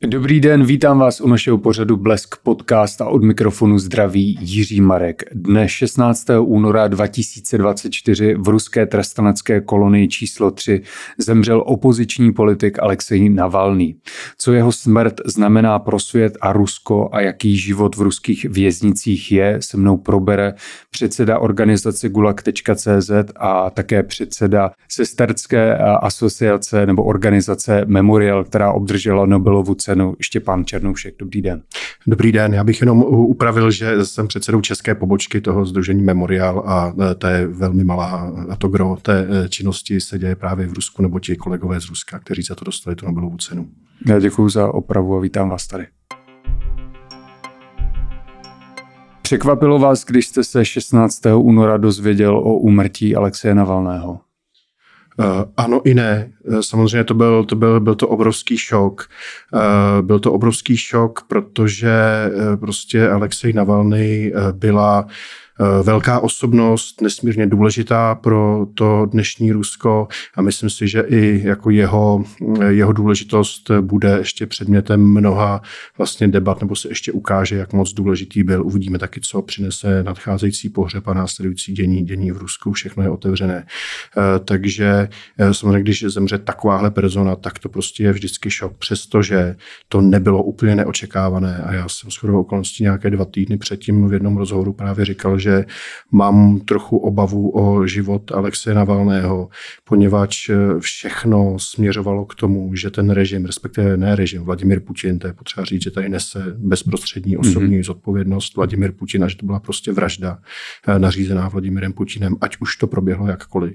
Dobrý den, vítám vás u našeho pořadu Blesk podcast a od mikrofonu zdraví Jiří Marek. Dne 16. února 2024 v ruské trestanecké kolonii číslo 3 zemřel opoziční politik Alexej Navalný. Co jeho smrt znamená pro svět a Rusko a jaký život v ruských věznicích je, se mnou probere předseda organizace gulag.cz a také předseda sesterské asociace nebo organizace Memorial, která obdržela Nobelovu cenu, Štěpán Černoušek. Dobrý den. Dobrý den, já bych jenom upravil, že jsem předsedou české pobočky toho sdružení Memorial a to je velmi malá a to gro té činnosti se děje právě v Rusku nebo ti kolegové z Ruska, kteří za to dostali tu Nobelovu cenu. Já děkuji za opravu a vítám vás tady. Překvapilo vás, když jste se 16. února dozvěděl o úmrtí Alexeje Navalného? Ano i ne. Samozřejmě byl to obrovský šok. Byl to obrovský šok, protože prostě Alexej Navalný byla velká osobnost, nesmírně důležitá pro to dnešní Rusko a myslím si, že i jako jeho důležitost bude ještě předmětem mnoha vlastně debat, nebo se ještě ukáže, jak moc důležitý byl. Uvidíme taky, co přinese nadcházející pohřeb a následující dění v Rusku. Všechno je otevřené. Takže samozřejmě, když zemře takováhle persona, tak to prostě je vždycky šok, přestože to nebylo úplně neočekávané a já jsem shodou okolností nějaké 2 týdny předtím v jednom rozhovoru právě říkal, že mám trochu obavu o život Alexeje Navalného, poněvadž všechno směřovalo k tomu, že ten režim, respektive ne režim, Vladimír Putin, to je potřeba říct, že tady nese bezprostřední osobní zodpovědnost Vladimír Putin a že to byla prostě vražda nařízená Vladimirem Putinem, ať už to proběhlo jakkoliv.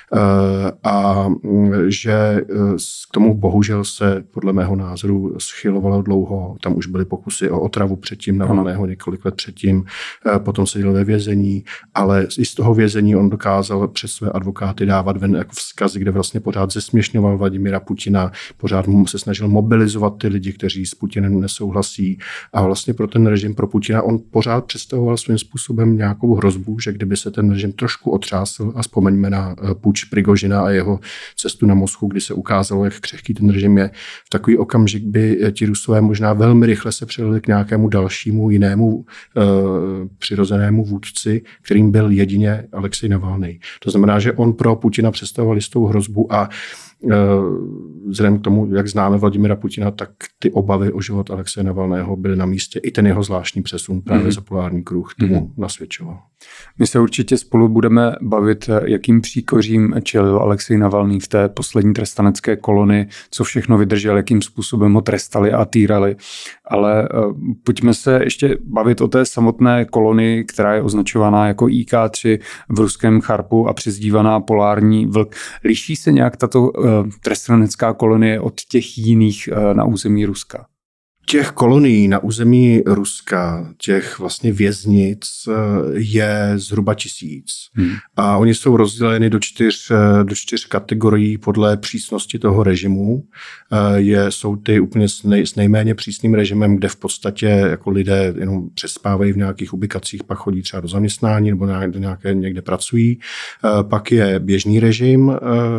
A že k tomu bohužel se podle mého názoru schylovalo dlouho. Tam už byly pokusy o otravu předtím Navalného několik let předtím, potom seděl ve vězení, ale i z toho vězení on dokázal přes své advokáty dávat ven jako vzkazy, kde vlastně pořád zesměšňoval Vladimira Putina, pořád mu se snažil mobilizovat ty lidi, kteří s Putinem nesouhlasí a vlastně pro ten režim, pro Putina, on pořád představoval svým způsobem nějakou hrozbu, že kdyby se ten režim trošku otřásl a vzpomeňme na puč Prigožina a jeho cestu na Moskvu, kdy se ukázalo, jak křehký ten režim je, v takový okamžik by ti Rusové možná velmi rychle se přelili k nějakému dalšímu jinému přirozenému vůdci, kterým byl jedině Alexej Navalný. To znamená, že on pro Putina představoval jistou hrozbu a vzhledem k tomu, jak známe Vladimira Putina, tak ty obavy o život Alexeje Navalného byly na místě. I ten jeho zvláštní přesun právě za polární kruh tomu nasvědčoval. My se určitě spolu budeme bavit, jakým příkořím čelil Alexej Navalný v té poslední trestanecké kolonii, co všechno vydržel, jakým způsobem ho trestali a týrali. Ale pojďme se ještě bavit o té samotné kolonii, která je označovaná jako IK3 v ruském Charpu a přezdívaná polární vlk. Liší se nějak tato trestanecká kolonie od těch jiných na území Ruska? Těch kolonií na území Ruska, těch vlastně věznic je zhruba 1000. A oni jsou rozděleni do čtyř kategorií podle přísnosti toho režimu. Jsou ty úplně s nejméně přísným režimem, kde v podstatě jako lidé jenom přespávají v nějakých ubikacích, pak chodí třeba do zaměstnání nebo někde pracují. Pak je běžný režim,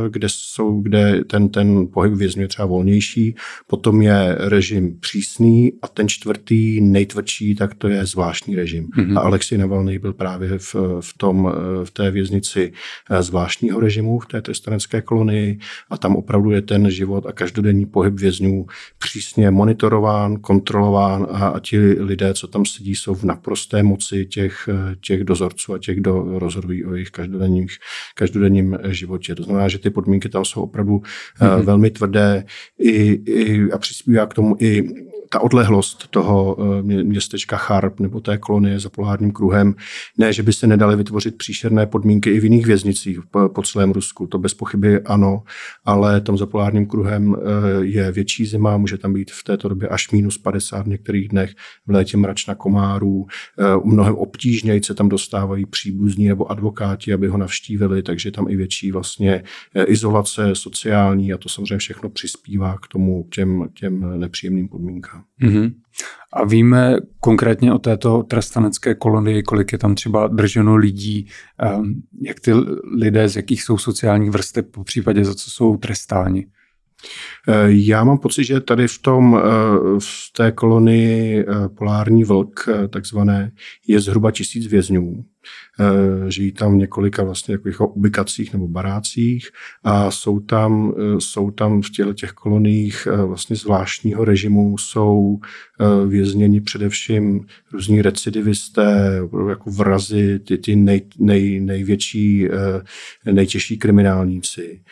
kde ten pohyb vězňů je třeba volnější. Potom je režim přísný a ten 4. nejtvrdší, tak to je zvláštní režim. A Alexej Navalný byl právě v té věznici zvláštního režimu, v té trestanecké kolonii a tam opravdu je ten život a každodenní pohyb vězňů přísně monitorován, kontrolován a ti lidé, co tam sedí, jsou v naprosté moci těch dozorců a těch, kdo rozhodují o jejich každodenním životě. To znamená, že ty podmínky tam jsou opravdu velmi tvrdé a přispívá k tomu i ta odlehlost toho městečka Charp nebo té kolonie za polárním kruhem, ne, že by se nedaly vytvořit příšerné podmínky i v jiných věznicích po celém Rusku, to bez pochyby ano, ale tam za polárním kruhem je větší zima, může tam být v této době až -50 v některých dnech, v létě mračna komárů, mnohem obtížněji se tam dostávají příbuzní nebo advokáti, aby ho navštívili, takže tam i větší vlastně izolace sociální a to samozřejmě všechno přispívá k tomu těm nepříjemným podmínkám. Mm-hmm. A víme konkrétně o této trestanecké kolonii, kolik je tam třeba drženo lidí, jak ty lidé, z jakých jsou sociálních vrstev, po případě za co jsou trestáni? Já mám pocit, že tady v té kolonii Polární vlk, takzvané, je zhruba 1000 vězňů. Žijí tam v několika vlastně takových ubikacích nebo barácích a jsou tam v těch koloniích vlastně zvláštního režimu, jsou vězněni především různí recidivisté, jako vrazi, ty největší, nejtěžší kriminálníci.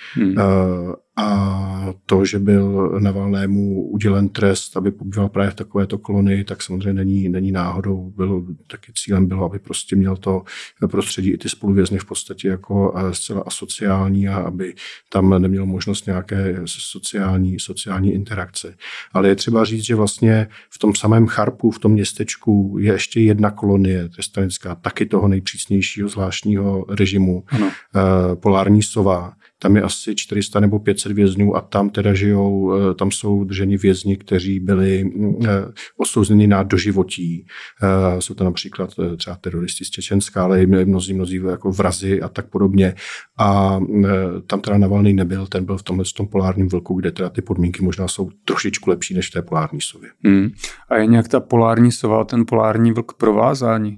A to, že byl Navalnému udělen trest, aby pobýval právě v takovéto kolonii, tak samozřejmě není náhodou. Taky cílem bylo, aby prostě měl to prostředí i ty spoluvězně v podstatě jako zcela asociální a aby tam neměl možnost nějaké sociální interakce. Ale je třeba říct, že vlastně v tom samém Charpu, v tom městečku je ještě jedna kolonie trestanická, taky toho nejpřísnějšího zvláštního režimu, Polární sova. Tam je asi 400 nebo 500 vězňů a tam teda tam jsou drženi vězni, kteří byli osouzeni na doživotí. Jsou to například třeba teroristi z Čečenska, ale i mnozí jako vrazi a tak podobně. A tam teda Navalný nebyl, ten byl v tom Polárním vlku, kde teda ty podmínky možná jsou trošičku lepší než v té Polární sově. A je nějak ta Polární sova a ten Polární vlk provázání?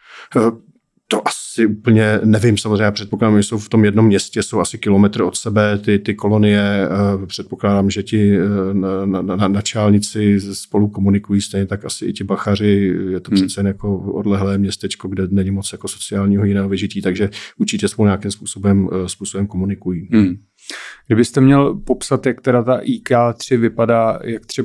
To asi úplně nevím, samozřejmě předpokládám, že jsou v tom jednom městě, jsou asi kilometr od sebe ty kolonie, předpokládám, že ti načálnici spolu komunikují stejně, tak asi i ti bachaři, je to přece jako odlehlé městečko, kde není moc jako sociálního jiného vyžití, takže určitě spolu nějakým způsobem komunikují. Kdybyste měl popsat, jak teda ta IK3 vypadá,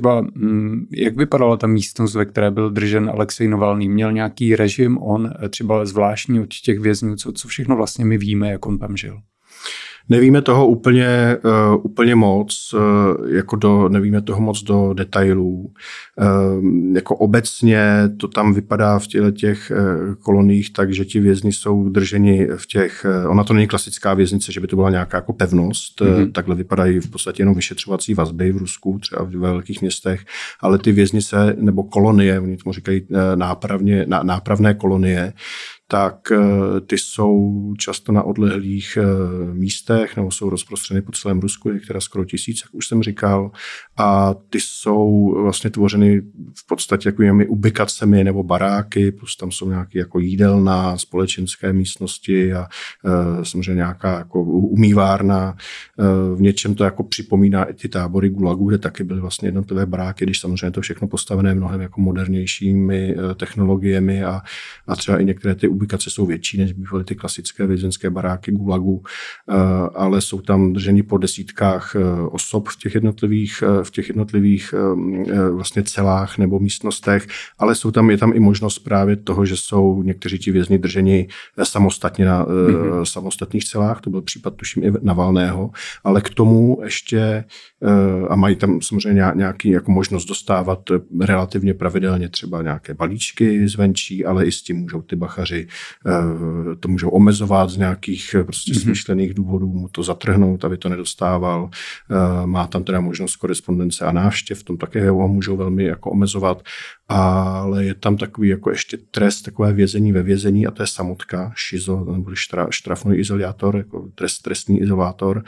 jak vypadala ta místnost, ve které byl držen Alexej Navalný? Měl nějaký režim, on třeba zvláštní od těch vězňů, co všechno vlastně my víme, jak on tam žil? Nevíme toho úplně moc, nevíme toho moc do detailů. Jako obecně to tam vypadá v těch koloniích tak, že ti vězni jsou drženi ona to není klasická věznice, že by to byla nějaká jako pevnost, takhle vypadají v podstatě jenom vyšetřovací vazby v Rusku, třeba v velkých městech, ale ty vězni nebo kolonie, oni tomu říkají nápravné kolonie, tak ty jsou často na odlehlých místech nebo jsou rozprostřeny po celém Rusku, některá skoro 1000, jak už jsem říkal, a ty jsou vlastně tvořeny v podstatě takovými ubikacemi nebo baráky, plus tam jsou nějaké jako jídelna, společenské místnosti a samozřejmě nějaká jako umývárna. V něčem to jako připomíná i ty tábory Gulagu, kde taky byly vlastně jednotlivé baráky, když samozřejmě to všechno postavené mnohem jako modernějšími technologiemi a třeba i některé ty ubikace jsou větší, než bývaly ty klasické vězenské baráky Gulagu, ale jsou tam drženi po desítkách osob v těch jednotlivých vlastně celách nebo místnostech, ale je tam i možnost právě toho, že jsou někteří ti vězni drženi samostatně na samostatných celách, to byl případ tuším i Navalného, ale k tomu ještě a mají tam samozřejmě nějaký jako možnost dostávat relativně pravidelně třeba nějaké balíčky zvenčí, ale i s tím můžou ty bachaři to můžou omezovat z nějakých prostě smyšlených důvodů, mu to zatrhnout, aby to nedostával. Má tam teda možnost korespondence a návštěv, v tom také ho můžou velmi jako omezovat, ale je tam takový jako ještě trest, takové vězení ve vězení a to je samotka, šizo, nebo štrafný izolátor, jako trestní izolátor,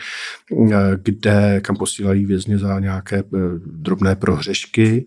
kam posílají vězně za nějaké drobné prohřešky.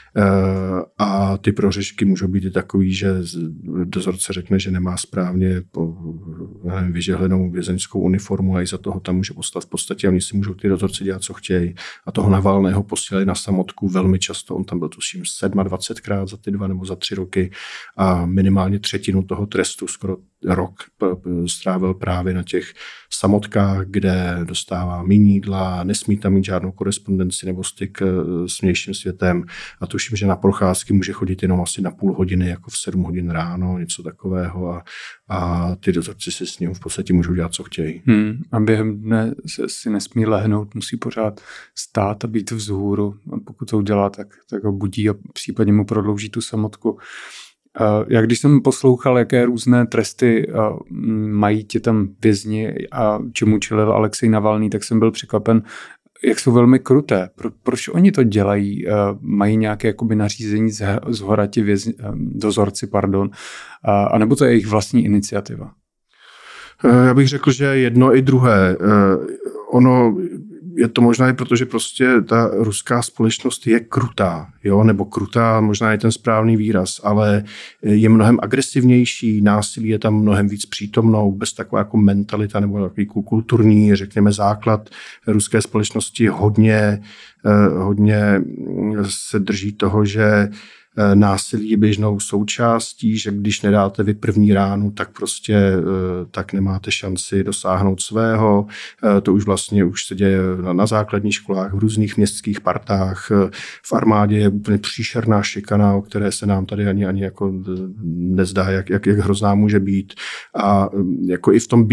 A ty prohřešky můžou být i takový, že dozorce řekne, že nemá správně vyžehlenou vězeňskou uniformu a i za toho tam může poslat v podstatě. Oni si můžou ty dozorci dělat, co chtějí. A toho Navalného posílali na samotku velmi často. On tam byl tuším 27krát za ty 2 nebo za 3 roky a minimálně třetinu toho trestu, skoro rok, strávil právě na těch samotkách, kde dostává méně jídla, nesmí tam mít žádnou korespondenci nebo styk s vnějším světem a tuším, že na procházky může chodit jenom asi na půl hodiny, jako v 7 hodin ráno, něco takového a ty dozorci si s ním v podstatě můžou dělat, co chtějí. A během dne si nesmí lehnout, musí pořád stát a být vzhůru. A pokud to udělá, tak ho budí a případně mu prodlouží tu samotku. Jak když jsem poslouchal, jaké různé tresty mají ti tam vězni a čemu čelil Alexej Navalný, tak jsem byl překvapen, jak jsou velmi kruté. Proč oni to dělají? Mají nějaké jakoby nařízení z hora ti dozorci, anebo to je jejich vlastní iniciativa? Já bych řekl, že jedno i druhé. je to možná i proto, že prostě ta ruská společnost je krutá, jo, nebo krutá možná je ten správný výraz, ale je mnohem agresivnější, násilí je tam mnohem víc přítomnou, bez taková jako mentalita nebo takový kulturní, řekněme, základ ruské společnosti hodně se drží toho, že násilí je běžnou součástí, že když nedáte vy první ránu, tak prostě tak nemáte šanci dosáhnout svého. To už vlastně se děje na základních školách, v různých městských partách. V armádě je úplně příšerná šikana, o které se nám tady ani jako nezdá, jak hrozná může být. A jako i v tom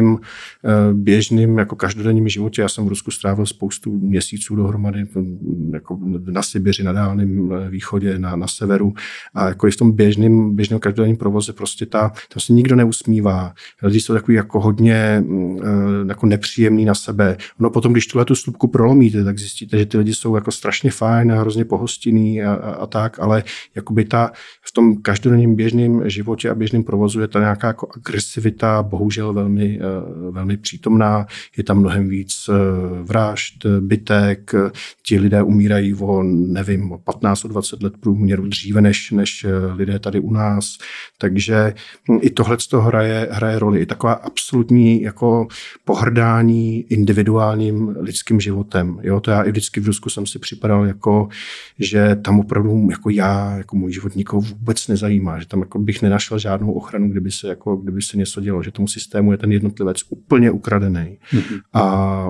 běžným jako každodenním životě, já jsem v Rusku strávil spoustu měsíců dohromady, jako na Sibiři, na Dálném východě, na severu a jako i v tom běžném každodenním provoze prostě tam se nikdo neusmívá. Lidi jsou takový jako hodně jako nepříjemný na sebe. No potom, když tu slupku prolomíte, tak zjistíte, že ty lidi jsou jako strašně fajn a hrozně pohostinný a tak, ale jakoby v tom každodenním běžném životě a běžném provozu je ta nějaká jako agresivita bohužel velmi, velmi přítomná. Je tam mnohem víc vražd, bitek, ti lidé umírají o 15, 20 let průměru dříve než lidé tady u nás. Takže i tohleto hraje roli. I taková absolutní jako pohrdání individuálním lidským životem. Jo, to já i vždycky v Rusku jsem si připadal jako, že tam opravdu jako já, jako můj život nikoho vůbec nezajímá, že tam jako bych nenašel žádnou ochranu, kdyby se něco dělo, že tomu systému je ten jednotlivec úplně ukradený. Mm-hmm. A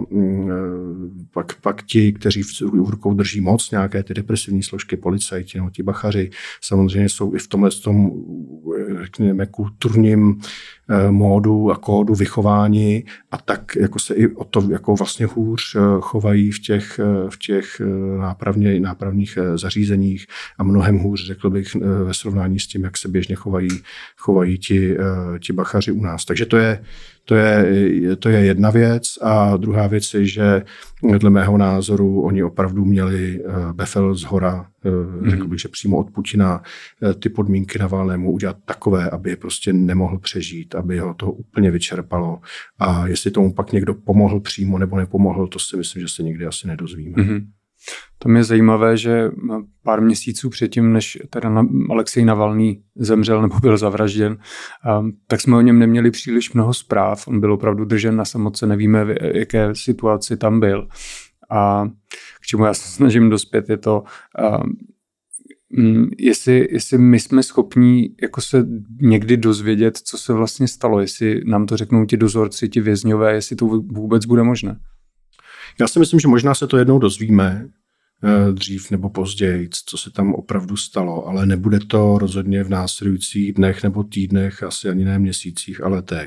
pak ti, kteří v rukou drží moc, nějaké ty depresivní složky, policajti, no, ti bachaři, samozřejmě jsou i v tomhle tom, řekněme, kulturním módu a kódu vychování a tak jako se i o to jako vlastně hůř chovají v těch nápravných zařízeních a mnohem hůř, řekl bych, ve srovnání s tím, jak se běžně chovají ti bachaři u nás. Takže to je jedna věc a druhá věc je, že dle mého názoru oni opravdu měli befel zhora, řekl bych, že přímo od Putina ty podmínky Navalnému udělat takové, aby je prostě nemohl přežít, aby ho to úplně vyčerpalo. A jestli tomu pak někdo pomohl přímo nebo nepomohl, to si myslím, že se nikdy asi nedozvíme. Mm-hmm. Tam je zajímavé, že pár měsíců předtím, než teda Alexej Navalný zemřel nebo byl zavražděn, tak jsme o něm neměli příliš mnoho zpráv. On byl opravdu držen na samotce, nevíme, v jaké situaci tam byl. A k čemu já se snažím dospět, je to, jestli my jsme schopní jako se někdy dozvědět, co se vlastně stalo, jestli nám to řeknou ti dozorci, ti vězňové, jestli to vůbec bude možné. Já si myslím, že možná se to jednou dozvíme, dřív nebo později, co se tam opravdu stalo, ale nebude to rozhodně v následujících dnech nebo týdnech, asi ani ne měsících a letech.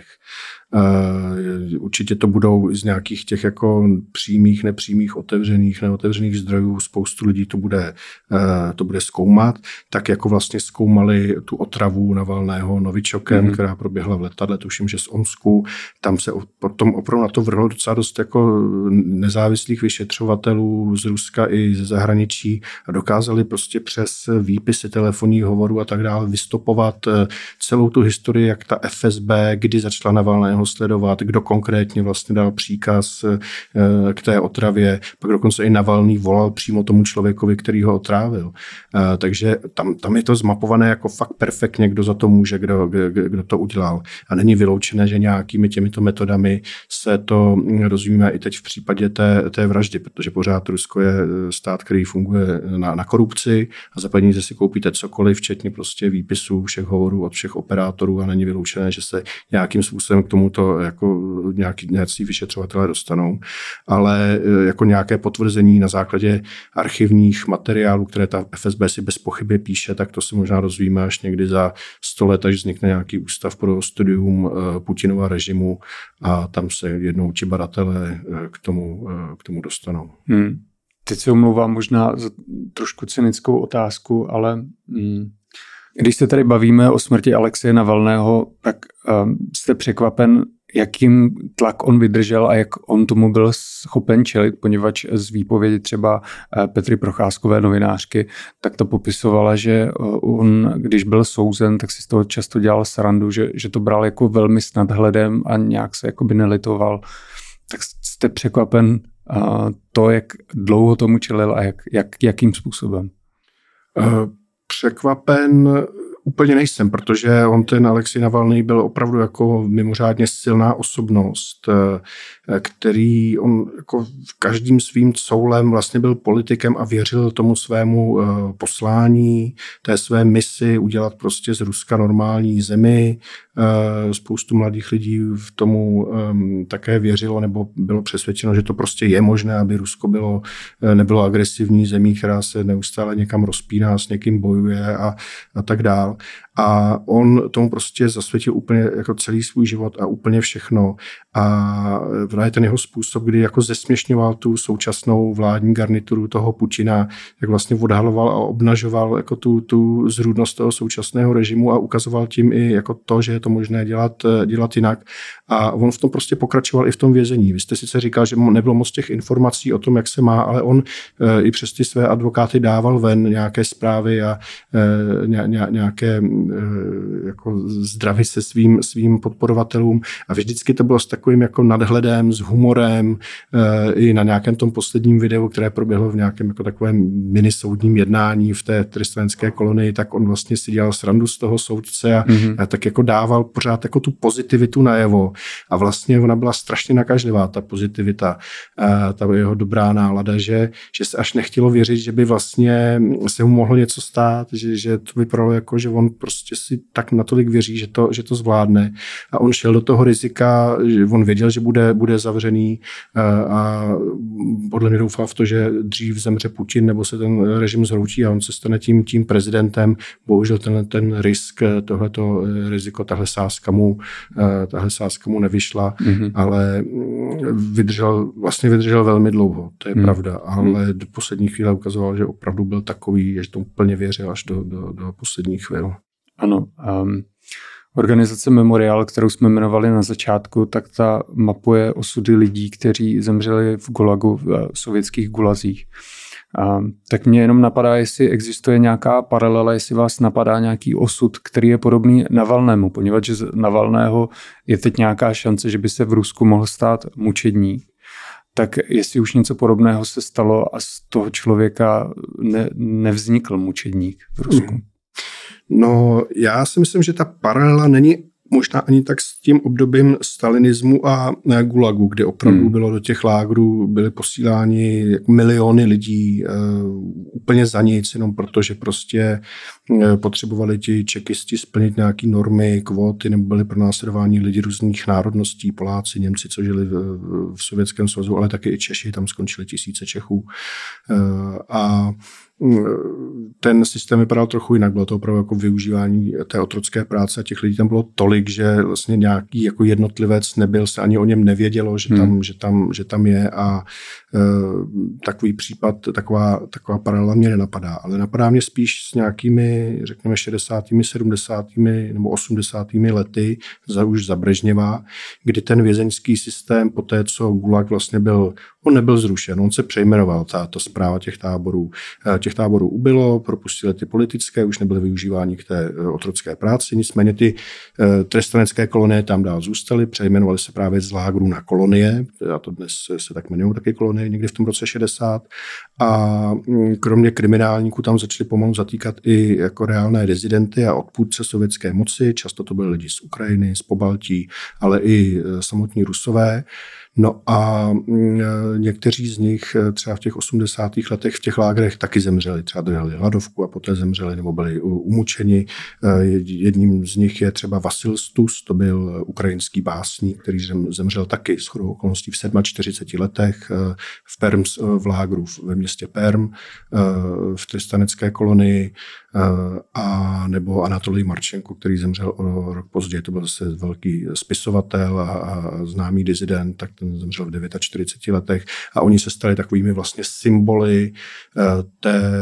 Určitě to budou z nějakých těch jako přímých, nepřímých, otevřených, neotevřených zdrojů. Spoustu lidí to bude zkoumat, tak jako vlastně zkoumali tu otravu Navalného novičokem, která proběhla v letadle, tuším, že z Omsku. Tam se potom opravdu na to vrhlo docela dost jako nezávislých vyšetřovatelů z Ruska i ze zahraničí a dokázali prostě přes výpisy telefonních hovorů a tak dále vystopovat celou tu historii, jak ta FSB, kdy začala Navalného sledovat, kdo konkrétně vlastně dal příkaz k té otravě, pak dokonce i Navalný volal přímo tomu člověkovi, který ho otrávil. Takže tam je to zmapované jako fakt perfektně, kdo za to může, kdo to udělal. A není vyloučené, že nějakými těmito metodami se to rozvíjíme i teď v případě té vraždy, protože pořád Rusko je stát, který funguje na korupci a za peníze si koupíte cokoliv, včetně prostě výpisů všech hovorů od všech operátorů a není vyloučené, že se nějakým způsobem k tomuto jako nějací vyšetřovatelé dostanou. Ale jako nějaké potvrzení na základě archivních materiálů, které ta FSB si bez pochyby píše, tak to se možná dozvíme až někdy za 100 let, až vznikne nějaký ústav pro studium Putinova režimu a tam se jednou ti badatelé k tomu dostanou. Teď se omlouvám možná za trošku cynickou otázku, ale když se tady bavíme o smrti Alexeje Navalného, tak jste překvapen, jakým tlak on vydržel a jak on tomu byl schopen čelit, poněvadž z výpovědi třeba Petry Procházkové, novinářky, tak to popisovala, že on, když byl souzen, tak si z toho často dělal srandu, že to bral jako velmi s nadhledem a nějak se jakoby nelitoval. Tak jste překvapen to, jak dlouho tomu čelil a jakým způsobem? Překvapen úplně nejsem, protože ten Alexej Navalnyj byl opravdu jako mimořádně silná osobnost, který on jako každým svým coulem vlastně byl politikem a věřil tomu svému poslání, té své misi udělat prostě z Ruska normální zemi. Spoustu mladých lidí v tomu také věřilo nebo bylo přesvědčeno, že to prostě je možné, aby Rusko nebylo agresivní zemí, která se neustále někam rozpíná, s někým bojuje a tak dál. A on tomu prostě zasvětil úplně jako celý svůj život a úplně všechno. A právě ten jeho způsob, kdy jako zesměšňoval tu současnou vládní garnituru toho Putina, jak vlastně odhaloval a obnažoval jako tu zrůdnost toho současného režimu a ukazoval tím i jako to, že je to možné dělat jinak. A on v tom prostě pokračoval i v tom vězení. Vy jste sice říkal, že nebylo moc těch informací o tom, jak se má, ale on i přes ty své advokáty dával ven nějaké zprávy a nějaké jako zdravy se svým podporovatelům. A vždycky to bylo s takovým jako nadhledem, s humorem. I na nějakém tom posledním videu, které proběhlo v nějakém jako takovém minisoudním jednání v té trestněnecké kolonii, tak on vlastně si dělal srandu z toho soudce a tak jako dával pořád jako tu pozitivitu najevo. A vlastně ona byla strašně nakažlivá, ta pozitivita, ta jeho dobrá nálada, že se až nechtělo věřit, že by vlastně se mu mohlo něco stát, že to vypadalo jako, že on prostě si tak natolik věří, že to zvládne. A on šel do toho rizika, že on věděl, že bude zavřený a podle mě doufal v to, že dřív zemře Putin nebo se ten režim zhroutí a on se stane tím prezidentem. Bohužel ten risk, tohleto riziko, tahle sázka mu nevyšla, ale vydržel velmi dlouho, to je pravda, ale do poslední chvíle ukazoval, že opravdu byl takový, že to úplně věřil až do posledních chvíl. Ano. Organizace Memorial, kterou jsme jmenovali na začátku, tak ta mapuje osudy lidí, kteří zemřeli v gulagu, v sovětských gulazích. Tak mě jenom napadá, jestli existuje nějaká paralela, jestli vás napadá nějaký osud, který je podobný Navalnému, poněvadž z Navalného je teď nějaká šance, že by se v Rusku mohl stát mučedník. Tak jestli už něco podobného se stalo a z toho člověka nevznikl mučedník v Rusku. No, já si myslím, že ta paralela není možná ani tak s tím obdobím stalinismu a gulagu, kde opravdu bylo do těch lágrů, byly posíláni miliony lidí úplně za nic, jenom protože prostě potřebovali ti čekisti splnit nějaké normy, kvóty, nebo byli pronásledováni lidi různých národností, Poláci, Němci, co žili v Sovětském svazu, ale taky i Češi, tam skončili tisíce Čechů. A ten systém vypadal trochu jinak, bylo to opravdu jako využívání té otrocké práce a těch lidí tam bylo tolik, že vlastně nějaký jako jednotlivec nebyl, se ani o něm nevědělo, že tam je a takový případ, taková paralela mě nenapadá, ale napadá mě spíš s nějakými, řekněme, 60., 70. nebo 80. lety už za Brežněva, kdy ten vězeňský systém po té, co gulag vlastně on nebyl zrušen, on se přejmenoval, ta správa těch táborů. Těch táborů ubylo, propustili ty politické, už nebyly využívány k té otrocké práci, nicméně ty trestanecké kolonie tam dál zůstaly, přejmenovali se právě z lágrů na kolonie, a to dnes se tak jmenují taky kolonie, někdy v tom roce 60. A kromě kriminálníků tam začali pomalu zatýkat i jako reálné rezidenty a odpůrce sovětské moci, často to byli lidi z Ukrajiny, z Pobaltí, ale i samotní Rusové. No a někteří z nich třeba v těch 80. letech v těch lágrech taky zemřeli. Třeba dojeli hladovku a poté zemřeli nebo byli umučeni. Jedním z nich je třeba Vasil Stus, to byl ukrajinský básník, který zemřel taky shodou okolností v 47 letech v lágru ve městě Perm, v trestanecké kolonii, a nebo Anatolij Marčenko, který zemřel o rok později. To byl zase velký spisovatel a známý disident, tak ten zemřel v 49 letech a oni se stali takovými vlastně symboly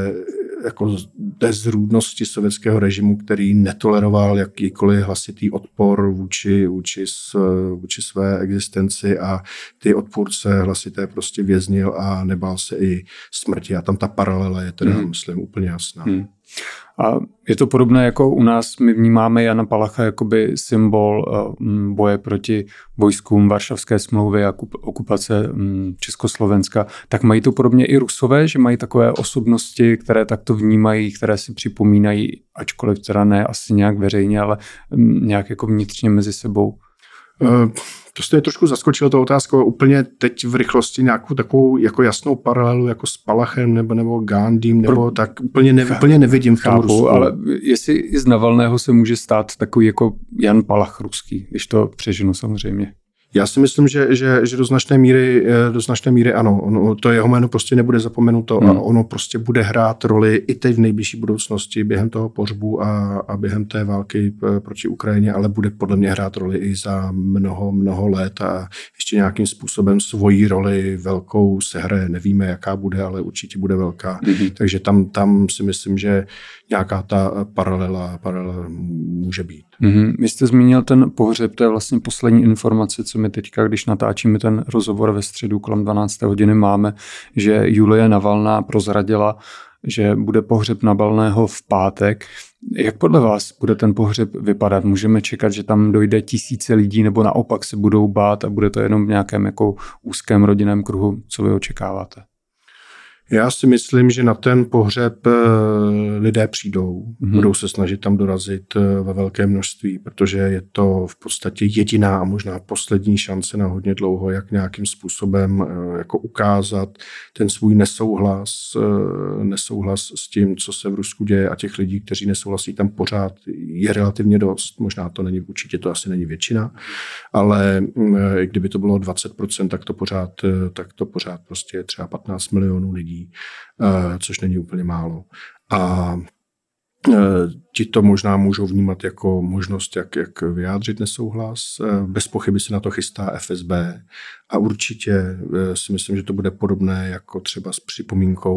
té zrůdnosti sovětského režimu, který netoleroval jakýkoliv hlasitý odpor odpor vůči své existenci a ty odpůrce hlasité prostě věznil a nebál se i smrti. A tam ta paralela je teda, myslím, úplně jasná. A je to podobné jako u nás, my vnímáme Jana Palacha jakoby symbol boje proti vojskům Varšavské smlouvy a okupace Československa. Tak mají to podobně i Rusové, že mají takové osobnosti, které takto vnímají, které si připomínají, ačkoliv teda ne asi nějak veřejně, ale nějak jako vnitřně mezi sebou? To jste trošku zaskočilo tou otázkou. Úplně teď v rychlosti nějakou takovou jako jasnou paralelu jako s Palachem nebo Gandhim, nebo tak úplně nevidím v tom Rusku. Ale jestli i z Navalného se může stát takový jako Jan Palach ruský, když to přeženu samozřejmě. Já si myslím, že do značné míry ano. To jeho jméno prostě nebude zapomenuto a ono prostě bude hrát roli i teď v nejbližší budoucnosti během toho pohřbu a během té války proti Ukrajině, ale bude podle mě hrát roli i za mnoho let a ještě nějakým způsobem svoji roli velkou sehraje. Nevíme, jaká bude, ale určitě bude velká. Takže tam si myslím, že nějaká ta paralela může být. Vy jste zmínil ten pohřeb, to je vlastně poslední informace, co my teďka, když natáčíme ten rozhovor ve středu kolem 12. hodiny máme, že Julie Navalná prozradila, že bude pohřeb Navalného v pátek. Jak podle vás bude ten pohřeb vypadat? Můžeme čekat, že tam dojde tisíce lidí, nebo naopak se budou bát a bude to jenom v nějakém jako úzkém rodinném kruhu? Co vy očekáváte? Já si myslím, že na ten pohřeb lidé přijdou. Budou se snažit tam dorazit ve velké množství, protože je to v podstatě jediná a možná poslední šance na hodně dlouho, jak nějakým způsobem jako ukázat ten svůj nesouhlas s tím, co se v Rusku děje, a těch lidí, kteří nesouhlasí, tam pořád je relativně dost. Možná to není, určitě to asi není většina, ale kdyby to bylo 20%, tak to pořád prostě je třeba 15 milionů lidí, což není úplně málo. A ti to možná můžou vnímat jako možnost, jak vyjádřit nesouhlas. Bez pochyby se na to chystá FSB a určitě si myslím, že to bude podobné jako třeba s připomínkou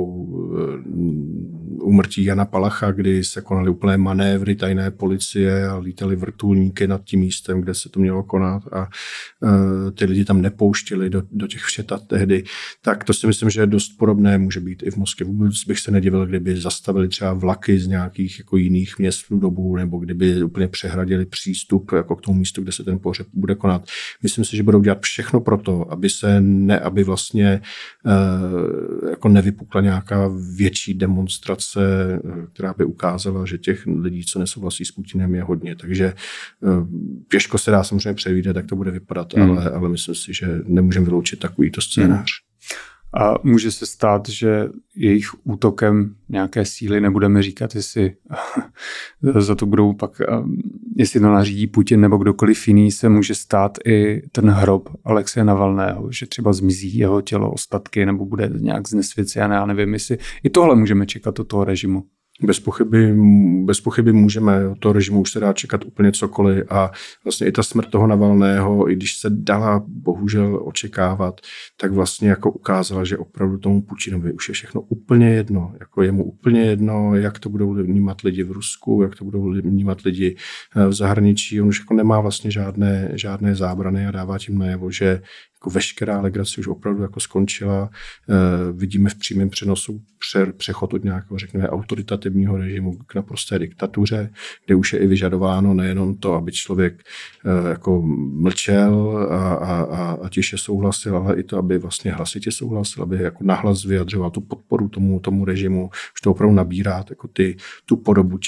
úmrtí Jana Palacha, kdy se konaly úplné manévry tajné policie a lítaly vrtulníky nad tím místem, kde se to mělo konat a ty lidi tam nepouštěli do těch všetat tehdy. Tak to si myslím, že dost podobné může být i v Moskvě. Vůbec bych se nedivil, kdyby zastavili třeba vlaky z nějakých jako jiných měst v tu dobu, nebo kdyby úplně přehradili přístup jako k tomu místu, kde se ten pohřeb bude konat. Myslím si, že budou dělat všechno pro to, aby vlastně jako nevypukla nějaká větší demonstrace, která by ukázala, že těch lidí, co nesouhlasí s Putinem, je hodně. Takže těžko se dá samozřejmě předvídat, jak to bude vypadat, ale myslím si, že nemůžeme vyloučit takovýto scénář. A může se stát, že jejich útokem nějaké síly, nebudeme říkat, jestli za to budou pak, jestli to nařídí Putin nebo kdokoliv jiný, se může stát i ten hrob Alexeje Navalného, že třeba zmizí jeho tělo, ostatky, nebo bude nějak znesvěcené, já nevím, jestli i tohle můžeme čekat od toho režimu. Bez pochyby můžeme, od toho režimu už se dá čekat úplně cokoliv a vlastně i ta smrt toho Navalného, i když se dala bohužel očekávat, tak vlastně jako ukázala, že opravdu tomu Putinovi už je všechno úplně jedno, jako je mu úplně jedno, jak to budou vnímat lidi v Rusku, jak to budou vnímat lidi v zahraničí, on už jako nemá vlastně žádné zábrany a dává tím najevo, že jako veškerá legrace už opravdu jako skončila. Vidíme v přímém přenosu přechod od nějakého, řekněme, autoritativního režimu k naprosté diktatuře, kde už je i vyžadováno nejenom to, aby člověk jako mlčel a tiše souhlasil, ale i to, aby vlastně hlasitě souhlasil, aby jako nahlas vyjadřoval tu podporu tomu režimu. Už to opravdu nabírá jako tu podobu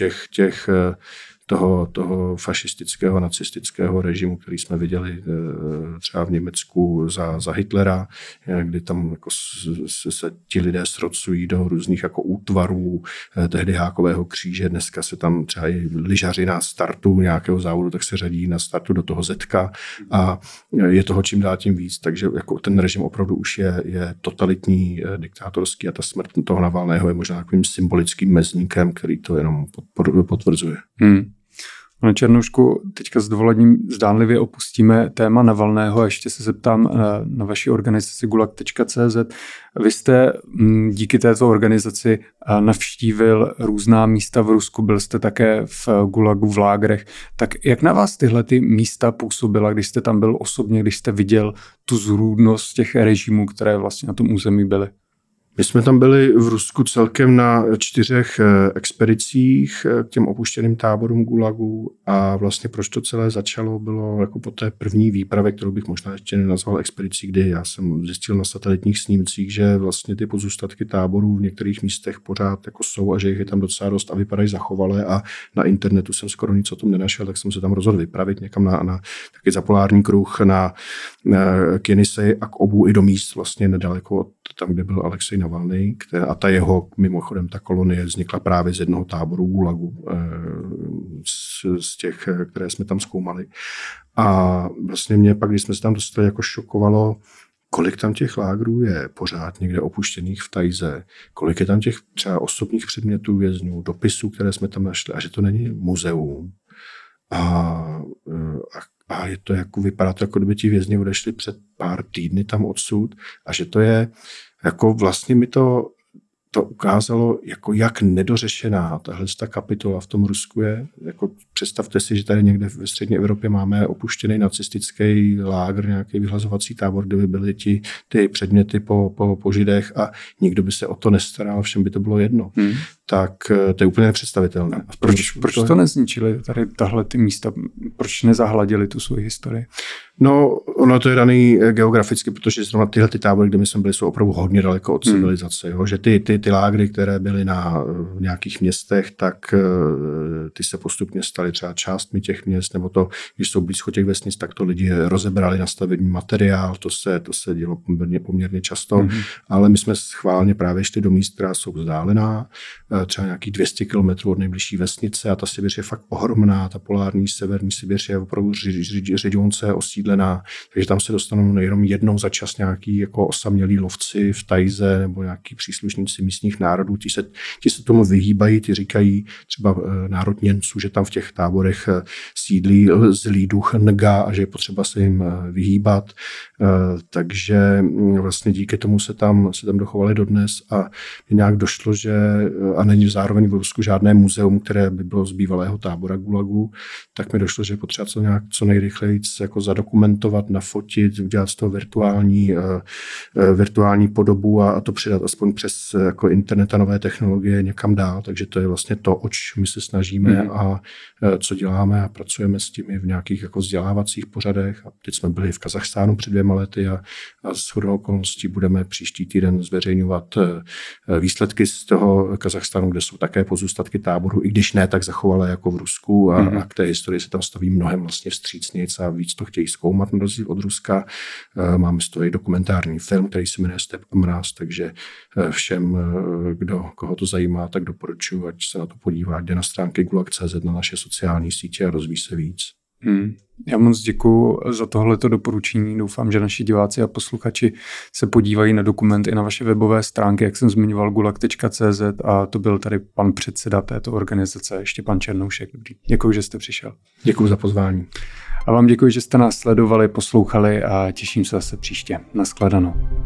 toho fašistického, nacistického režimu, který jsme viděli třeba v Německu za Hitlera, kdy tam jako se ti lidé srocují do různých jako útvarů, tehdy hákového kříže, dneska se tam třeba i lyžaři na startu nějakého závodu, tak se řadí na startu do toho zetka a je toho čím dál tím víc, takže jako ten režim opravdu už je totalitní, diktátorský a ta smrt toho Navalného je možná takovým symbolickým mezníkem, který to jenom potvrzuje. Pane Černoušku, teďka s dovolením zdánlivě opustíme téma Navalného a ještě se zeptám na vaši organizaci gulag.cz. Vy jste díky této organizaci navštívil různá místa v Rusku, byl jste také v gulagu v lágrech. Tak jak na vás tyhle ty místa působila, když jste tam byl osobně, když jste viděl tu zrůdnost těch režimů, které vlastně na tom území byly? My jsme tam byli v Rusku celkem na 4 expedicích k těm opuštěným táborům gulagu a vlastně proč to celé začalo, bylo jako po té první výpravě, kterou bych možná ještě nenazval expedicí, kdy já jsem zjistil na satelitních snímcích, že vlastně ty pozůstatky táborů v některých místech pořád jako jsou a že jich je tam docela dost a vypadají zachovalé a na internetu jsem skoro nic o tom nenašel, tak jsem se tam rozhodl vypravit někam na taky za polární kruh k Jenisej a k Obu i do míst vlastně nedaleko od tam, kde byl Alexej Navalný, a ta jeho, mimochodem, ta kolonie vznikla právě z jednoho táboru gulagu, z těch, které jsme tam zkoumali. A vlastně mě pak, když jsme se tam dostali, jako šokovalo, kolik tam těch lágrů je pořád někde opuštěných v Tajze, kolik je tam těch třeba osobních předmětů vězňů, dopisů, které jsme tam našli, a že to není muzeum. A je to jako, vypadá to, jako kdyby ti vězni odešli před pár týdny tam odsud a že to je, jako vlastně mi to ukázalo, jako jak nedořešená tahle kapitola v tom Rusku je. Jako představte si, že tady někde ve střední Evropě máme opuštěný nacistický lágr, nějaký vyhlazovací tábor, kde by byly ty předměty po Židech a nikdo by se o to nestaral, všem by to bylo jedno. Tak to je úplně nepředstavitelné. Proč to nezničili tady tahle ty místa? Proč nezahladili tu svou historii? No, ono to je daný geograficky, protože zrovna tyhle ty tábory, kde my jsme byli, jsou opravdu hodně daleko od civilizace. Jo? Že ty lágry, které byly v nějakých městech, tak ty se postupně staly třeba částmi těch měst, nebo to, když jsou blízko těch vesnic, tak to lidi rozebrali na stavební materiál, to se dělo poměrně často, ale my jsme schválně právě šli do míst, která jsou vzdálená, třeba nějakých 200 kilometrů od nejbližší vesnice a ta Sibiř je fakt ohromná, ta polární severní Sibiř je opravdu řidionce osídlená, takže tam se dostanou nejenom jednou za čas nějaký jako osamělí lovci v Tajze nebo nějaký příslušníci místních národů, ti se tomu vyhýbají, ti říkají třeba národ Němců, že tam v těch táborech sídlí zlý duch Nga a že je potřeba se jim vyhýbat, takže vlastně díky tomu se tam dochovali dodnes a nějak došlo, že a není zároveň v Rusku žádné muzeum, které by bylo z bývalého tábora gulagu, tak mi došlo, že je potřeba to nějak co nejrychleji jako zadokumentovat, nafotit, udělat z toho virtuální podobu a to přidat aspoň přes jako internet a nové technologie někam dál. Takže to je vlastně to, oč my se snažíme a co děláme a pracujeme s tím v nějakých jako vzdělávacích pořadech. A teď jsme byli v Kazachstánu před 2 lety a shodou okolností budeme příští týden zveřejňovat výsledky z toho Kazachstánu, kde jsou také pozůstatky táboru, i když ne tak zachovalé jako v Rusku a k té historii se tam staví mnohem vlastně vstřícnějc a víc to chtějí zkoumat na rozdíl od Ruska. Máme z toho i dokumentární film, který se jmenuje Step a mráz, takže všem, koho to zajímá, tak doporučuji, ať se na to podívá, jde na stránky gulag.cz, na naše sociální sítě a rozvíjí se víc. Já moc děkuju za tohleto doporučení. Doufám, že naši diváci a posluchači se podívají na dokument i na vaše webové stránky, jak jsem zmiňoval, gulag.cz a to byl tady pan předseda této organizace, Štěpán Černoušek. Děkuju, že jste přišel. Děkuju za pozvání. A vám děkuji, že jste nás sledovali, poslouchali a těším se zase příště. Nashledanou.